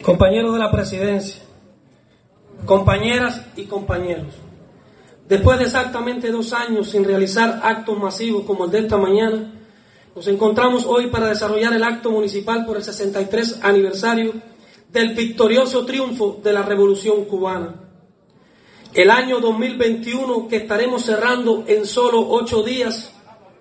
Compañeros de la presidencia, compañeras y compañeros, después de exactamente 2 años sin realizar actos masivos como el de esta mañana, nos encontramos hoy para desarrollar el acto municipal por el 63 aniversario del victorioso triunfo de la Revolución Cubana. El año 2021, que estaremos cerrando en solo 8 días,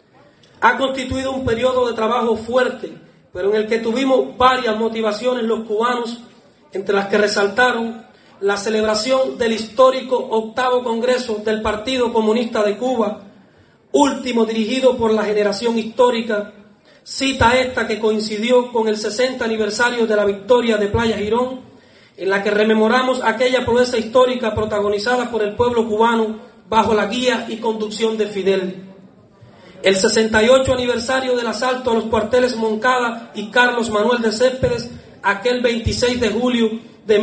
ha constituido un periodo de trabajo fuerte, pero en el que tuvimos varias motivaciones los cubanos, entre las que resaltaron la celebración del histórico 8º Congreso del Partido Comunista de Cuba, último dirigido por la generación histórica, cita esta que coincidió con el 60 aniversario de la victoria de Playa Girón, en la que rememoramos aquella proeza histórica protagonizada por el pueblo cubano bajo la guía y conducción de Fidel. El 68 aniversario del asalto a los cuarteles Moncada y Carlos Manuel de Céspedes, aquel 26 de julio de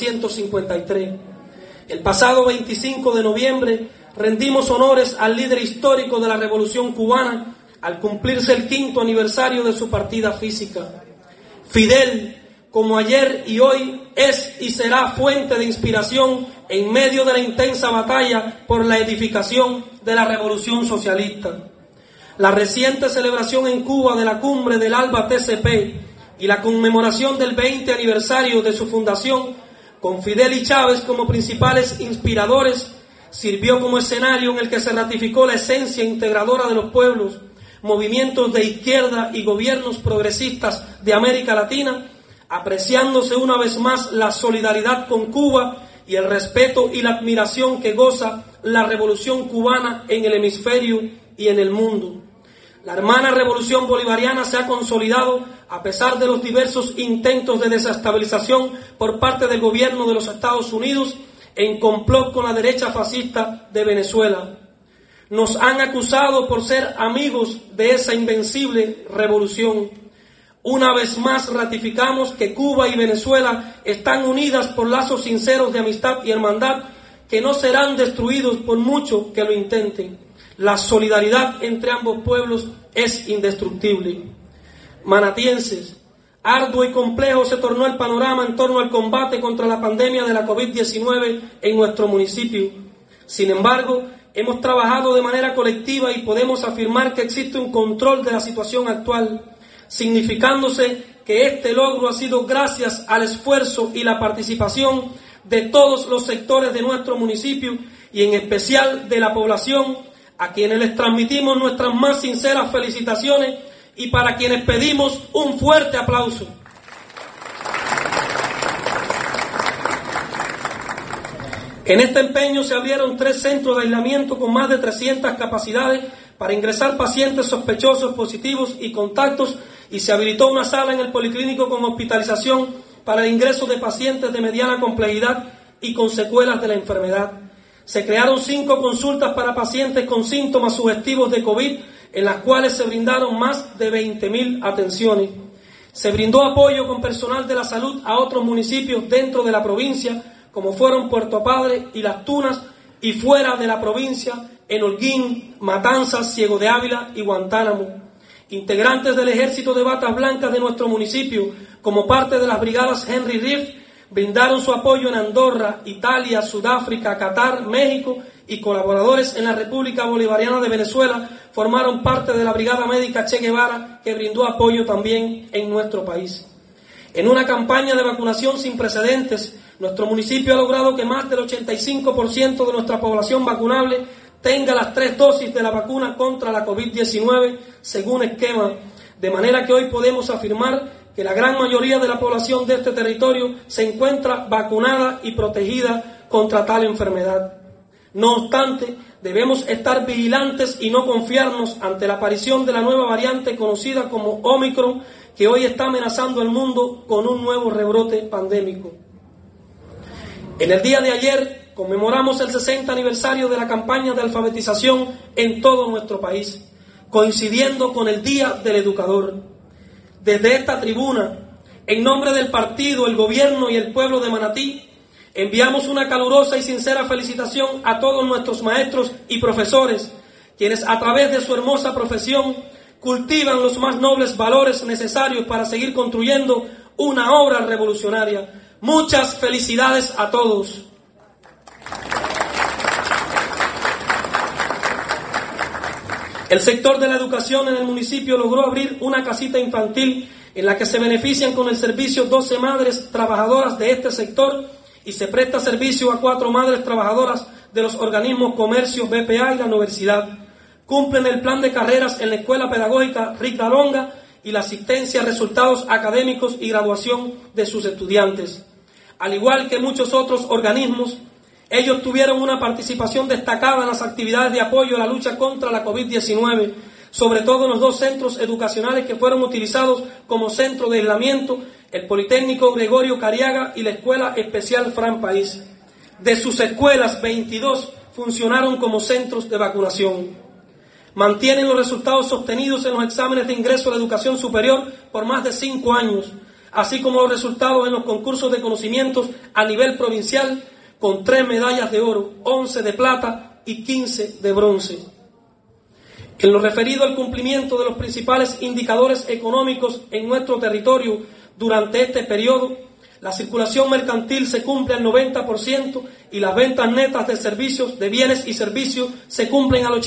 1953. El pasado 25 de noviembre rendimos honores al líder histórico de la Revolución Cubana al cumplirse el 5º aniversario de su partida física. Fidel, como ayer y hoy, es y será fuente de inspiración en medio de la intensa batalla por la edificación de la Revolución Socialista. La reciente celebración en Cuba de la cumbre del ALBA TCP y la conmemoración del 20 aniversario de su fundación, con Fidel y Chávez como principales inspiradores, sirvió como escenario en el que se ratificó la esencia integradora de los pueblos, movimientos de izquierda y gobiernos progresistas de América Latina, apreciándose una vez más la solidaridad con Cuba y el respeto y la admiración que goza la Revolución Cubana en el hemisferio y en el mundo. La hermana revolución bolivariana se ha consolidado a pesar de los diversos intentos de desestabilización por parte del gobierno de los Estados Unidos en complot con la derecha fascista de Venezuela. Nos han acusado por ser amigos de esa invencible revolución. Una vez más ratificamos que Cuba y Venezuela están unidas por lazos sinceros de amistad y hermandad que no serán destruidos por mucho que lo intenten. La solidaridad entre ambos pueblos es indestructible. Manatienses, arduo y complejo se tornó el panorama en torno al combate contra la pandemia de la COVID-19 en nuestro municipio. Sin embargo, hemos trabajado de manera colectiva y podemos afirmar que existe un control de la situación actual, significándose que este logro ha sido gracias al esfuerzo y la participación de todos los sectores de nuestro municipio y en especial de la población, a quienes les transmitimos nuestras más sinceras felicitaciones y para quienes pedimos un fuerte aplauso. En este empeño se abrieron 3 centros de aislamiento con más de 300 capacidades para ingresar pacientes sospechosos, positivos y contactos, y se habilitó una sala en el policlínico con hospitalización para el ingreso de pacientes de mediana complejidad y con secuelas de la enfermedad. Se crearon 5 consultas para pacientes con síntomas sugestivos de COVID, en las cuales se brindaron más de 20.000 atenciones. Se brindó apoyo con personal de la salud a otros municipios dentro de la provincia, como fueron Puerto Padre y Las Tunas, y fuera de la provincia, en Holguín, Matanzas, Ciego de Ávila y Guantánamo. Integrantes del Ejército de Batas Blancas de nuestro municipio, como parte de las brigadas Henry Riff, brindaron su apoyo en Andorra, Italia, Sudáfrica, Qatar, México, y colaboradores en la República Bolivariana de Venezuela formaron parte de la Brigada Médica Che Guevara, que brindó apoyo también en nuestro país. En una campaña de vacunación sin precedentes, nuestro municipio ha logrado que más del 85% de nuestra población vacunable tenga las 3 dosis de la vacuna contra la COVID-19 según esquema, de manera que hoy podemos afirmar que la gran mayoría de la población de este territorio se encuentra vacunada y protegida contra tal enfermedad. No obstante, debemos estar vigilantes y no confiarnos ante la aparición de la nueva variante conocida como Omicron, que hoy está amenazando al mundo con un nuevo rebrote pandémico. En el día de ayer conmemoramos el 60 aniversario de la campaña de alfabetización en todo nuestro país, coincidiendo con el Día del Educador. Desde esta tribuna, en nombre del partido, el gobierno y el pueblo de Manatí, enviamos una calurosa y sincera felicitación a todos nuestros maestros y profesores, quienes a través de su hermosa profesión cultivan los más nobles valores necesarios para seguir construyendo una obra revolucionaria. Muchas felicidades a todos. El sector de la educación en el municipio logró abrir una casita infantil en la que se benefician con el servicio 12 madres trabajadoras de este sector y se presta servicio a 4 madres trabajadoras de los organismos Comercio, BPA y la universidad. Cumplen el plan de carreras en la Escuela Pedagógica Rick Dalonga y la asistencia a resultados académicos y graduación de sus estudiantes. Al igual que muchos otros organismos, ellos tuvieron una participación destacada en las actividades de apoyo a la lucha contra la COVID-19, sobre todo en los 2 centros educacionales que fueron utilizados como centro de aislamiento, el Politécnico Gregorio Cariaga y la Escuela Especial Fran País. De sus escuelas, 22 funcionaron como centros de vacunación. Mantienen los resultados sostenidos en los exámenes de ingreso a la educación superior por más de 5 años, así como los resultados en los concursos de conocimientos a nivel provincial, con 3 medallas de oro, 11 de plata y 15 de bronce. En lo referido al cumplimiento de los principales indicadores económicos en nuestro territorio durante este periodo, la circulación mercantil se cumple al 90% y las ventas netas de servicios, de bienes y servicios se cumplen al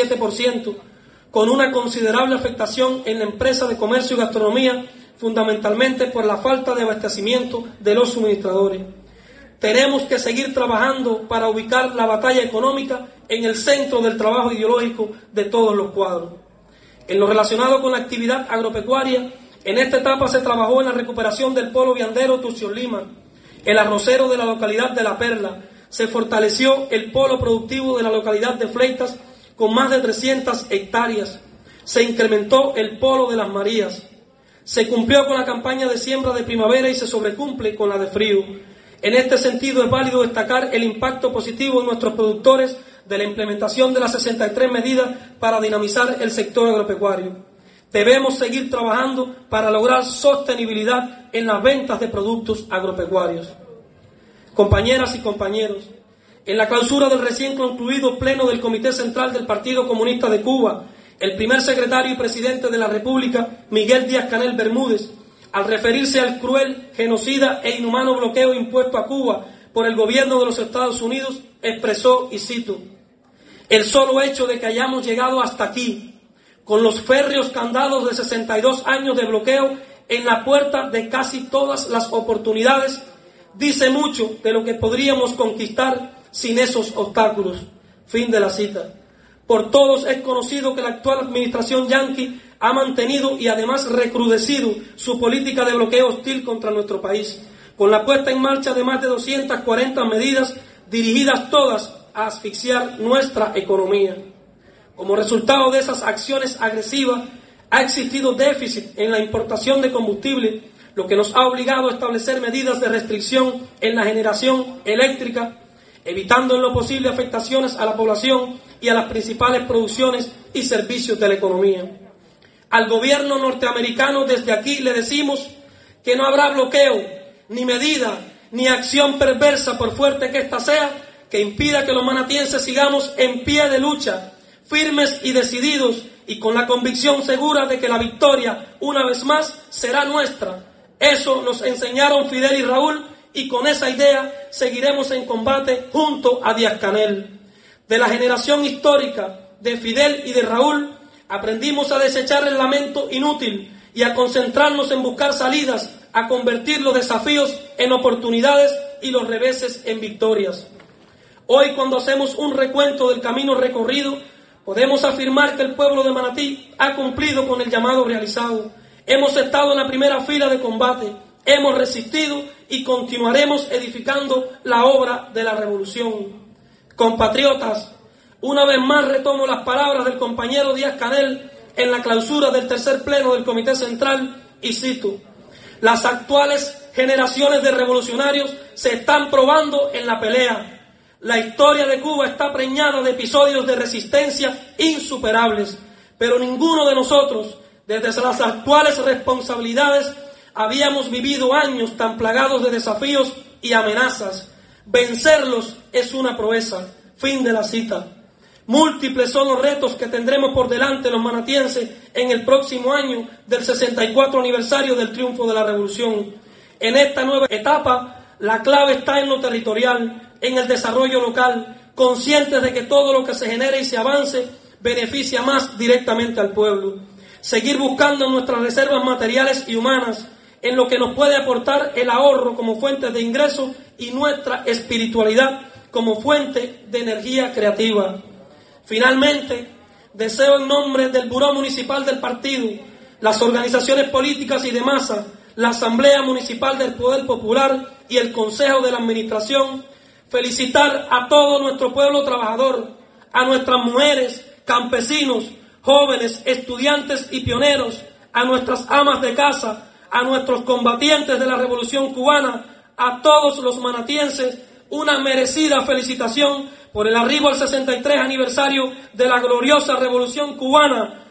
87%, con una considerable afectación en la empresa de comercio y gastronomía, fundamentalmente por la falta de abastecimiento de los suministradores. Tenemos que seguir trabajando para ubicar la batalla económica en el centro del trabajo ideológico de todos los cuadros. En lo relacionado con la actividad agropecuaria, en esta etapa se trabajó en la recuperación del polo viandero Turcios Lima, el arrocero de la localidad de La Perla. Se fortaleció el polo productivo de la localidad de Fleitas con más de 300 hectáreas. Se incrementó el polo de Las Marías. Se cumplió con la campaña de siembra de primavera y se sobrecumple con la de frío. En este sentido es válido destacar el impacto positivo en nuestros productores de la implementación de las 63 medidas para dinamizar el sector agropecuario. Debemos seguir trabajando para lograr sostenibilidad en las ventas de productos agropecuarios. Compañeras y compañeros, en la clausura del recién concluido Pleno del Comité Central del Partido Comunista de Cuba, el primer secretario y presidente de la República, Miguel Díaz-Canel Bermúdez, al referirse al cruel, genocida e inhumano bloqueo impuesto a Cuba por el gobierno de los Estados Unidos, expresó, y cito: "El solo hecho de que hayamos llegado hasta aquí, con los férreos candados de 62 años de bloqueo en la puerta de casi todas las oportunidades, dice mucho de lo que podríamos conquistar sin esos obstáculos". Fin de la cita. Por todos es conocido que la actual administración yanqui ha mantenido y además recrudecido su política de bloqueo hostil contra nuestro país, con la puesta en marcha de más de 240 medidas dirigidas todas a asfixiar nuestra economía. Como resultado de esas acciones agresivas, ha existido déficit en la importación de combustible, lo que nos ha obligado a establecer medidas de restricción en la generación eléctrica, evitando en lo posible afectaciones a la población y a las principales producciones y servicios de la economía. Al gobierno norteamericano desde aquí le decimos que no habrá bloqueo, ni medida, ni acción perversa, por fuerte que ésta sea, que impida que los manatienses sigamos en pie de lucha, firmes y decididos, y con la convicción segura de que la victoria, una vez más, será nuestra. Eso nos enseñaron Fidel y Raúl, y con esa idea seguiremos en combate junto a Díaz-Canel. De la generación histórica de Fidel y de Raúl, aprendimos a desechar el lamento inútil y a concentrarnos en buscar salidas, a convertir los desafíos en oportunidades y los reveses en victorias. Hoy, cuando hacemos un recuento del camino recorrido, podemos afirmar que el pueblo de Manatí ha cumplido con el llamado realizado. Hemos estado en la primera fila de combate, hemos resistido y continuaremos edificando la obra de la revolución. Compatriotas, una vez más retomo las palabras del compañero Díaz-Canel en la clausura del tercer pleno del Comité Central y cito: "Las actuales generaciones de revolucionarios se están probando en la pelea. La historia de Cuba está preñada de episodios de resistencia insuperables, pero ninguno de nosotros, desde las actuales responsabilidades, habíamos vivido años tan plagados de desafíos y amenazas. Vencerlos es una proeza". Fin de la cita. Múltiples son los retos que tendremos por delante los manatienses en el próximo año del 64 aniversario del triunfo de la revolución. En esta nueva etapa, la clave está en lo territorial, en el desarrollo local, conscientes de que todo lo que se genere y se avance beneficia más directamente al pueblo. Seguir buscando en nuestras reservas materiales y humanas, en lo que nos puede aportar el ahorro como fuente de ingresos y nuestra espiritualidad como fuente de energía creativa. Finalmente, deseo en nombre del Buró Municipal del Partido, las organizaciones políticas y de masa, la Asamblea Municipal del Poder Popular y el Consejo de la Administración, felicitar a todo nuestro pueblo trabajador, a nuestras mujeres, campesinos, jóvenes, estudiantes y pioneros, a nuestras amas de casa, a nuestros combatientes de la Revolución Cubana, a todos los manatienses, una merecida felicitación por el arribo al 63 aniversario de la gloriosa Revolución Cubana,